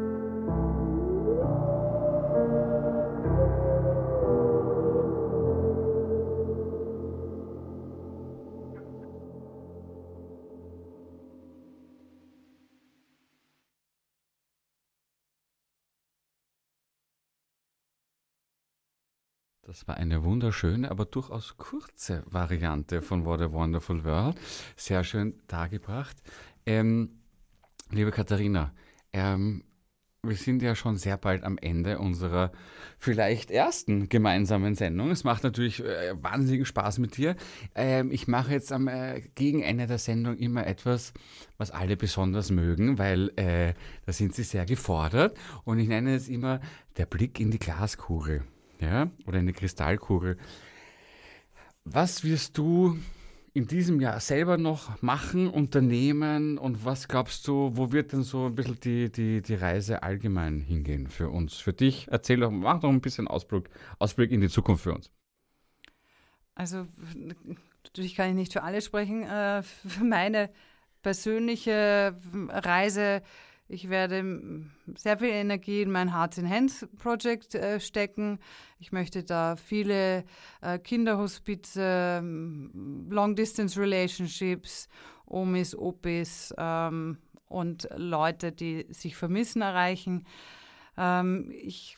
Das war eine wunderschöne, aber durchaus kurze Variante von What a Wonderful World. Sehr schön dargebracht. Liebe Katharina, wir sind ja schon sehr bald am Ende unserer vielleicht ersten gemeinsamen Sendung. Es macht natürlich wahnsinnigen Spaß mit dir. Ich mache jetzt gegen Ende der Sendung immer etwas, was alle besonders mögen, weil da sind sie sehr gefordert. Und ich nenne es immer der Blick in die Glaskugel. Ja, oder in die Kristallkugel. Was wirst du in diesem Jahr selber noch machen, unternehmen und was glaubst du, wo wird denn so ein bisschen die Reise allgemein hingehen für uns, für dich? Erzähl doch, mach doch ein bisschen Ausblick in die Zukunft für uns. Also natürlich kann ich nicht für alle sprechen. Für meine persönliche Reise, ich werde sehr viel Energie in mein Hearts in Hands Project stecken. Ich möchte da viele Kinderhospize, Long-Distance Relationships, Omis, Opis und Leute, die sich vermissen, erreichen. Ich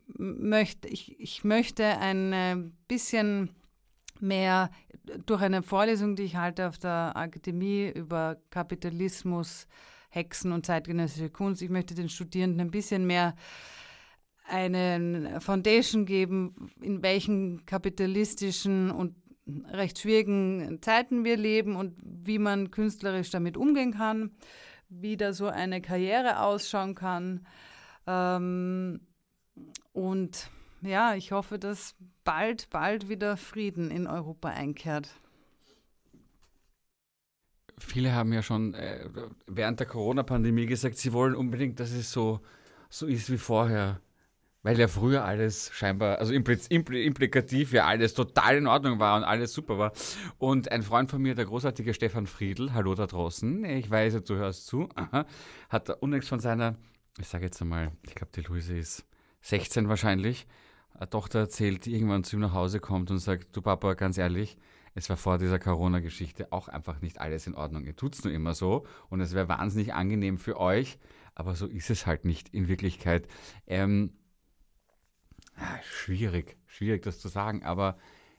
möchte ein bisschen mehr durch eine Vorlesung, die ich halte auf der Akademie über Kapitalismus, Hexen und zeitgenössische Kunst. Ich möchte den Studierenden ein bisschen mehr eine Foundation geben, in welchen kapitalistischen und recht schwierigen Zeiten wir leben und wie man künstlerisch damit umgehen kann, wie da so eine Karriere ausschauen kann. Und ja, ich hoffe, dass bald wieder Frieden in Europa einkehrt. Viele haben ja schon während der Corona-Pandemie gesagt, sie wollen unbedingt, dass es so ist wie vorher. Weil ja früher alles scheinbar, also implikativ ja alles total in Ordnung war und alles super war. Und ein Freund von mir, der großartige Stefan Friedl, hallo da draußen, ich weiß, du hörst zu, hat unlängst von seiner, ich sage jetzt einmal, ich glaube die Luise ist 16 wahrscheinlich, eine Tochter erzählt, die irgendwann zu ihm nach Hause kommt und sagt, du Papa, ganz ehrlich, es war vor dieser Corona-Geschichte auch einfach nicht alles in Ordnung. Ihr tut es nur immer so und es wäre wahnsinnig angenehm für euch, aber so ist es halt nicht in Wirklichkeit. Schwierig das zu sagen, aber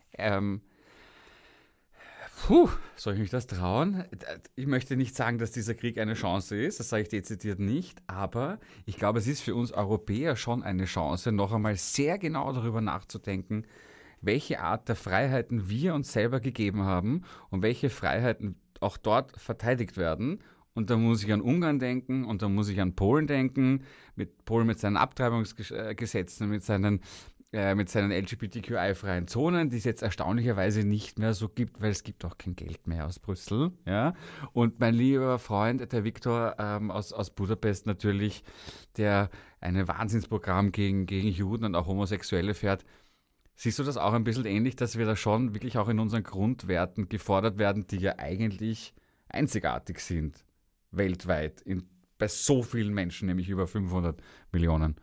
soll ich mich das trauen? Ich möchte nicht sagen, dass dieser Krieg eine Chance ist, das sage ich dezidiert nicht, aber ich glaube, es ist für uns Europäer schon eine Chance, noch einmal sehr genau darüber nachzudenken, welche Art der Freiheiten wir uns selber gegeben haben und welche Freiheiten auch dort verteidigt werden. Und da muss ich an Ungarn denken und da muss ich an Polen denken, mit Polen mit seinen Abtreibungsgesetzen, mit seinen LGBTQI-freien Zonen, die es jetzt erstaunlicherweise nicht mehr so gibt, weil es gibt auch kein Geld mehr aus Brüssel. Ja? Und mein lieber Freund, der Viktor aus Budapest natürlich, der ein Wahnsinnsprogramm gegen Juden und auch Homosexuelle fährt. Siehst du das auch ein bisschen ähnlich, dass wir da schon wirklich auch in unseren Grundwerten gefordert werden, die ja eigentlich einzigartig sind, weltweit, bei so vielen Menschen, nämlich über 500 Millionen?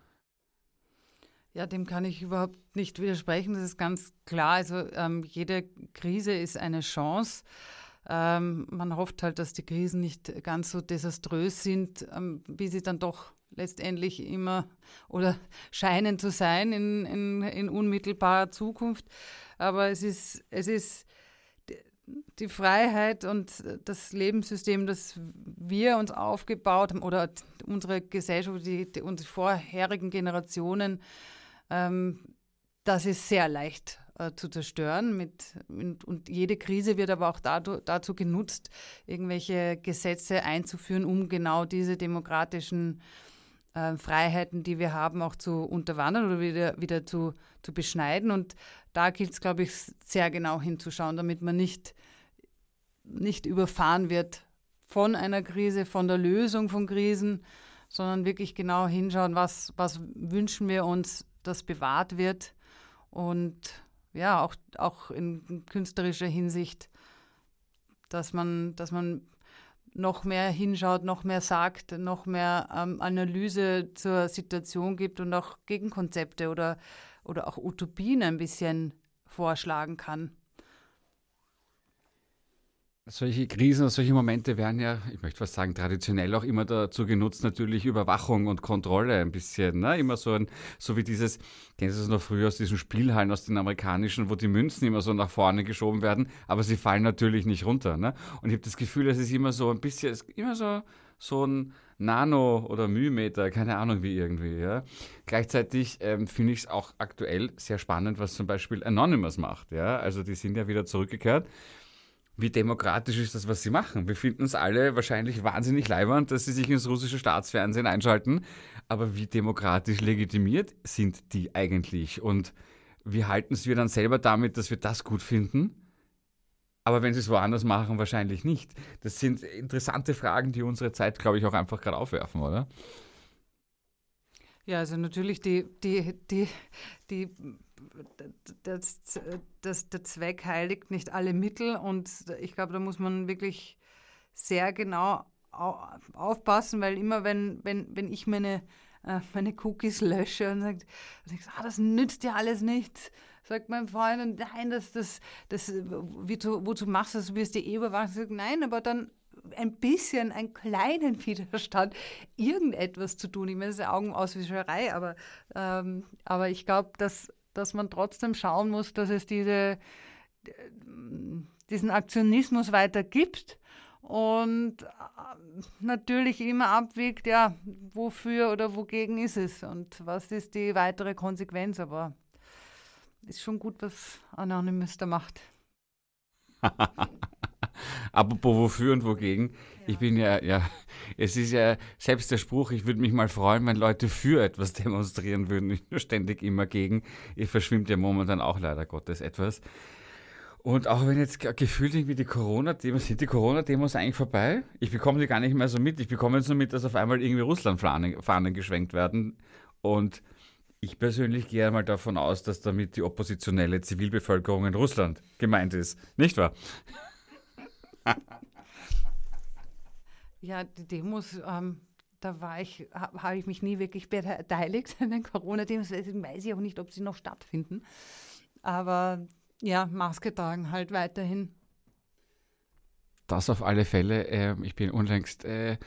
Ja, dem kann ich überhaupt nicht widersprechen, das ist ganz klar. Also jede Krise ist eine Chance. Man hofft halt, dass die Krisen nicht ganz so desaströs sind, wie sie dann doch letztendlich immer oder scheinen zu sein in unmittelbarer Zukunft. Aber es ist die Freiheit und das Lebenssystem, das wir uns aufgebaut haben oder unsere Gesellschaft, unsere vorherigen Generationen, das ist sehr leicht zu zerstören. Und jede Krise wird aber auch dazu genutzt, irgendwelche Gesetze einzuführen, um genau diese demokratischen Freiheiten, die wir haben, auch zu unterwandern oder wieder zu beschneiden. Und da gilt es, glaube ich, sehr genau hinzuschauen, damit man nicht überfahren wird von einer Krise, von der Lösung von Krisen, sondern wirklich genau hinschauen, was wünschen wir uns, dass bewahrt wird. Und ja, auch in künstlerischer Hinsicht, dass man noch mehr hinschaut, noch mehr sagt, noch mehr Analyse zur Situation gibt und auch Gegenkonzepte oder auch Utopien ein bisschen vorschlagen kann. Solche Krisen, solche Momente werden ja, ich möchte fast sagen, traditionell auch immer dazu genutzt, natürlich Überwachung und Kontrolle ein bisschen. Ne? Immer so wie dieses, kennst du es noch früher aus diesen Spielhallen, aus den amerikanischen, wo die Münzen immer so nach vorne geschoben werden, aber sie fallen natürlich nicht runter. Ne? Und ich habe das Gefühl, es ist immer so ein bisschen, es ist immer so ein Nano- oder Millimeter, keine Ahnung wie irgendwie. Ja? Gleichzeitig finde ich es auch aktuell sehr spannend, was zum Beispiel Anonymous macht. Ja? Also die sind ja wieder zurückgekehrt. Wie demokratisch ist das, was sie machen? Wir finden es alle wahrscheinlich wahnsinnig leibernd, dass sie sich ins russische Staatsfernsehen einschalten. Aber wie demokratisch legitimiert sind die eigentlich? Und wie halten es wir dann selber damit, dass wir das gut finden? Aber wenn sie es woanders machen, wahrscheinlich nicht. Das sind interessante Fragen, die unsere Zeit, glaube ich, auch einfach gerade aufwerfen, oder? Ja, also natürlich der Zweck heiligt nicht alle Mittel und ich glaube, da muss man wirklich sehr genau aufpassen, weil immer wenn ich meine Cookies lösche und sage, das nützt ja alles nichts, sagt mein Freund, und nein, wozu machst du das, du wirst dir überwacht. Nein, aber dann ein bisschen, einen kleinen Widerstand, irgendetwas zu tun. Ich meine, das ist Augenauswischerei, aber ich glaube, dass man trotzdem schauen muss, dass es diesen Aktionismus weiter gibt und natürlich immer abwägt, ja, wofür oder wogegen ist es und was ist die weitere Konsequenz, aber ist schon gut, was Anonymous da macht. Apropos wofür und wogegen, ich bin es ist ja selbst der Spruch, ich würde mich mal freuen, wenn Leute für etwas demonstrieren würden, nicht nur ständig immer gegen. Ich verschwimmt ja momentan auch leider Gottes etwas. Und auch wenn jetzt gefühlt irgendwie die Corona-Demos eigentlich vorbei? Ich bekomme die gar nicht mehr so mit. Ich bekomme jetzt nur mit, dass auf einmal irgendwie Russland-Fahnen geschwenkt werden. Und ich persönlich gehe einmal davon aus, dass damit die oppositionelle Zivilbevölkerung in Russland gemeint ist. Nicht wahr? Ja, die Demos, da habe ich mich nie wirklich beteiligt an den Corona-Demos, deswegen weiß ich auch nicht, ob sie noch stattfinden. Aber ja, Maske tragen halt weiterhin. Das auf alle Fälle. Ich bin unlängst,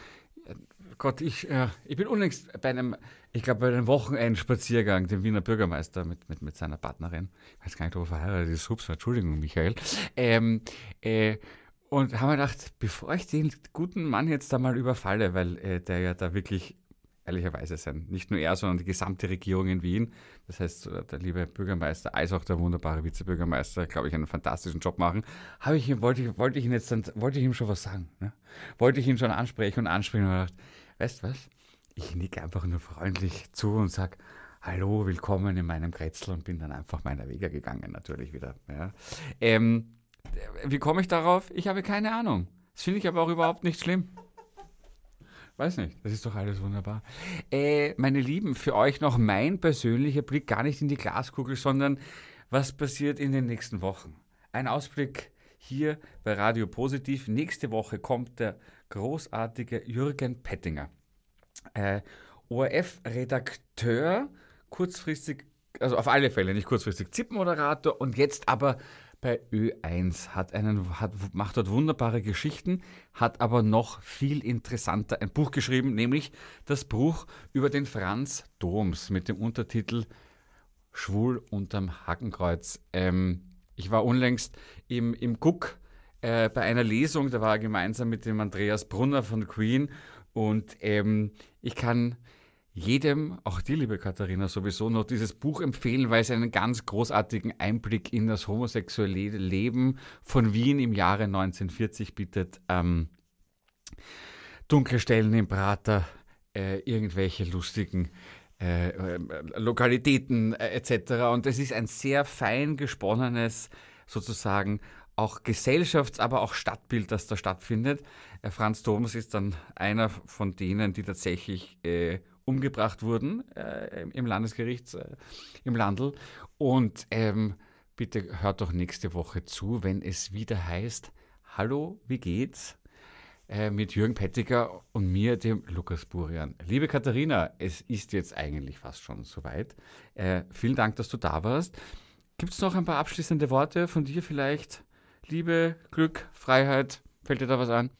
ich bin unlängst bei einem Wochenendspaziergang, dem Wiener Bürgermeister mit seiner Partnerin, ich weiß gar nicht, ob er verheiratet ist, Entschuldigung, Michael, und haben wir gedacht, bevor ich den guten Mann jetzt da mal überfalle, weil der ja da wirklich, ehrlicherweise nicht nur er, sondern die gesamte Regierung in Wien, das heißt der liebe Bürgermeister als auch der wunderbare Vizebürgermeister, glaube ich, einen fantastischen Job machen, wollte ich ihm schon was sagen. Ne? Wollte ich ihn schon ansprechen und gedacht, weißt du was, ich nicke einfach nur freundlich zu und sage, hallo, willkommen in meinem Kretzel und bin dann einfach meiner Wege gegangen, natürlich wieder. Ja. Wie komme ich darauf? Ich habe keine Ahnung. Das finde ich aber auch überhaupt nicht schlimm. Weiß nicht, das ist doch alles wunderbar. Meine Lieben, für euch noch mein persönlicher Blick, gar nicht in die Glaskugel, sondern was passiert in den nächsten Wochen. Ein Ausblick hier bei Radio Positiv. Nächste Woche kommt der großartige Jürgen Pettinger. ORF-Redakteur, kurzfristig, also auf alle Fälle nicht kurzfristig ZIP-Moderator und jetzt aber bei Ö1, macht dort wunderbare Geschichten, hat aber noch viel interessanter ein Buch geschrieben, nämlich das Buch über den Franz Doms mit dem Untertitel Schwul unterm Hakenkreuz. Ich war unlängst im Guck bei einer Lesung, da war er gemeinsam mit dem Andreas Brunner von Queen und ich kann jedem, auch dir, liebe Katharina, sowieso noch dieses Buch empfehlen, weil es einen ganz großartigen Einblick in das homosexuelle Leben von Wien im Jahre 1940 bietet. Dunkle Stellen im Prater, irgendwelche lustigen Lokalitäten etc. Und es ist ein sehr fein gesponnenes, sozusagen auch Gesellschafts-, aber auch Stadtbild, das da stattfindet. Franz Doms ist dann einer von denen, die tatsächlich umgebracht wurden im Landesgericht, im Landl. Und bitte hört doch nächste Woche zu, wenn es wieder heißt, hallo, wie geht's? Mit Jürgen Pettinger und mir, dem Lukas Burian. Liebe Katharina, es ist jetzt eigentlich fast schon soweit. Vielen Dank, dass du da warst. Gibt es noch ein paar abschließende Worte von dir vielleicht? Liebe, Glück, Freiheit, fällt dir da was an?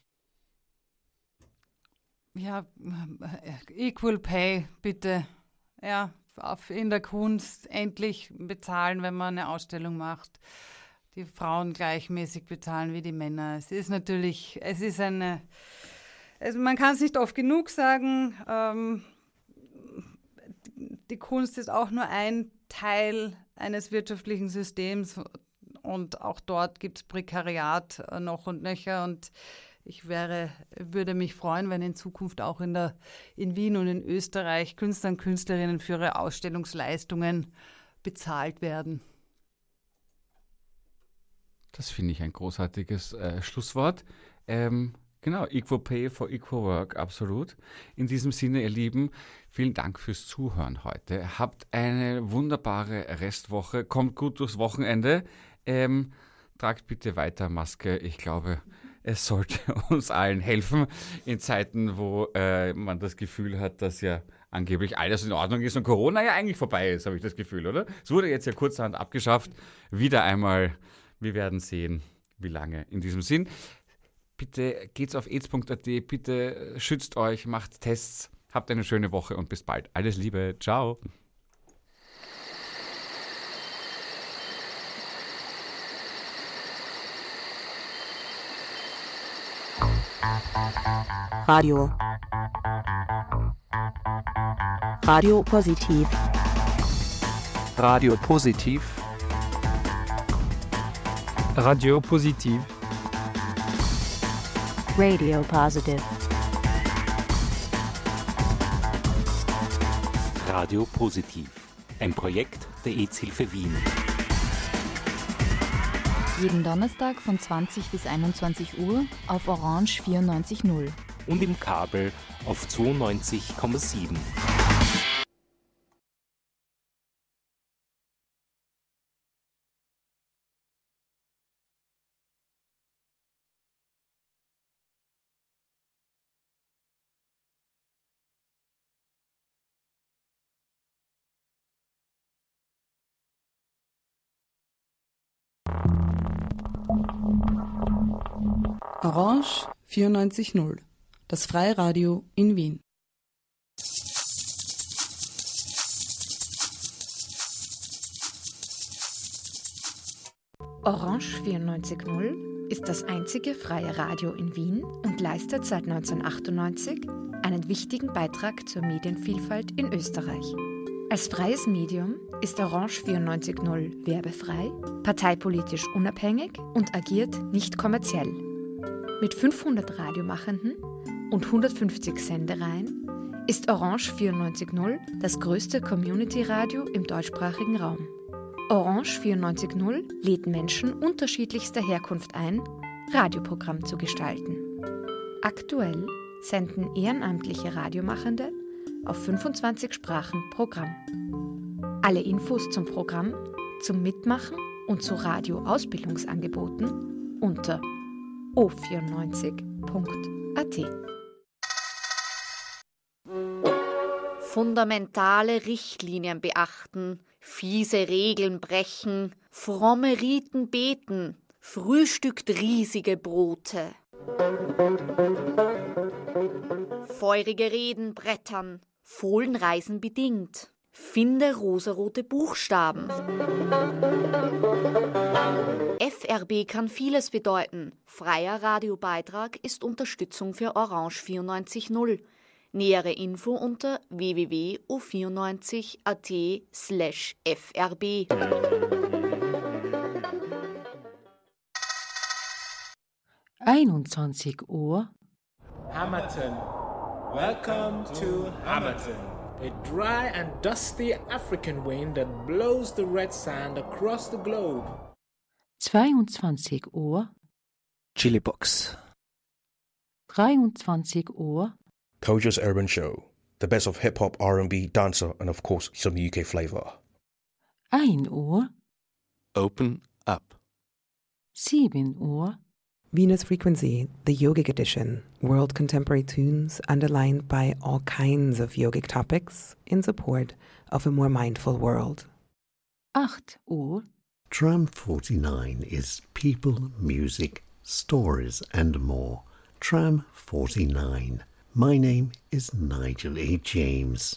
Ja, Equal Pay, bitte. Ja, in der Kunst endlich bezahlen, wenn man eine Ausstellung macht. Die Frauen gleichmäßig bezahlen wie die Männer. Es ist natürlich, man kann es nicht oft genug sagen. Die Kunst ist auch nur ein Teil eines wirtschaftlichen Systems und auch dort gibt es Prekariat noch und nöcher und ich würde mich freuen, wenn in Zukunft auch in Wien und in Österreich Künstler und Künstlerinnen für ihre Ausstellungsleistungen bezahlt werden. Das finde ich ein großartiges Schlusswort. Genau, Equal Pay for Equal Work, absolut. In diesem Sinne, ihr Lieben, vielen Dank fürs Zuhören heute. Habt eine wunderbare Restwoche, kommt gut durchs Wochenende. Tragt bitte weiter Maske. Ich glaube, es sollte uns allen helfen in Zeiten, wo man das Gefühl hat, dass ja angeblich alles in Ordnung ist und Corona ja eigentlich vorbei ist, habe ich das Gefühl, oder? Es wurde jetzt ja kurzerhand abgeschafft. Wieder einmal, wir werden sehen, wie lange. In diesem Sinn, bitte geht's auf aids.at, bitte schützt euch, macht Tests, habt eine schöne Woche und bis bald. Alles Liebe, ciao. Radio. Radio Positiv. Radio Positiv. Radio Positiv. Radio Positive. Radio Positiv, ein Projekt der AIDS-Hilfe Wien. Jeden Donnerstag von 20 bis 21 Uhr auf Orange 94.0. Und im Kabel auf 92,7. Orange 94.0, das Freiradio in Wien. Orange 94.0 ist das einzige freie Radio in Wien und leistet seit 1998 einen wichtigen Beitrag zur Medienvielfalt in Österreich. Als freies Medium ist Orange 94.0 werbefrei, parteipolitisch unabhängig und agiert nicht kommerziell. Mit 500 Radiomachenden und 150 Sendereihen ist Orange 94.0 das größte Community-Radio im deutschsprachigen Raum. Orange 94.0 lädt Menschen unterschiedlichster Herkunft ein, Radioprogramm zu gestalten. Aktuell senden ehrenamtliche Radiomachende auf 25 Sprachen Programm. Alle Infos zum Programm, zum Mitmachen und zu Radio-Ausbildungsangeboten unter o94.at. Fundamentale Richtlinien beachten, fiese Regeln brechen, fromme Riten beten, frühstückt riesige Brote. Feurige Reden brettern, Fohlenreisen bedingt, finde rosarote Buchstaben. FRB kann vieles bedeuten. Freier Radiobeitrag ist Unterstützung für Orange 94.0. Nähere Info unter www.o94.at/frb. Uhr. Hammerton. Welcome to Hammerton. A dry and dusty African wind that blows the red sand across the globe. 22 Uhr. Chili Box. 23 Uhr. Kojo's Urban Show. The best of hip-hop, R&B, dancer and of course some UK flavour. 1 Uhr. Open Up. 7 Uhr. Venus Frequency, the yogic edition, world contemporary tunes underlined by all kinds of yogic topics in support of a more mindful world. 8 Uhr. Tram 49 is people, music, stories and more. Tram 49. My name is Nigel A. James.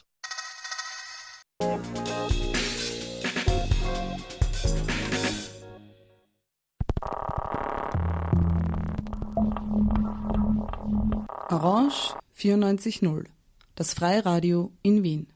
Orange 94.0, das Freiradio in Wien.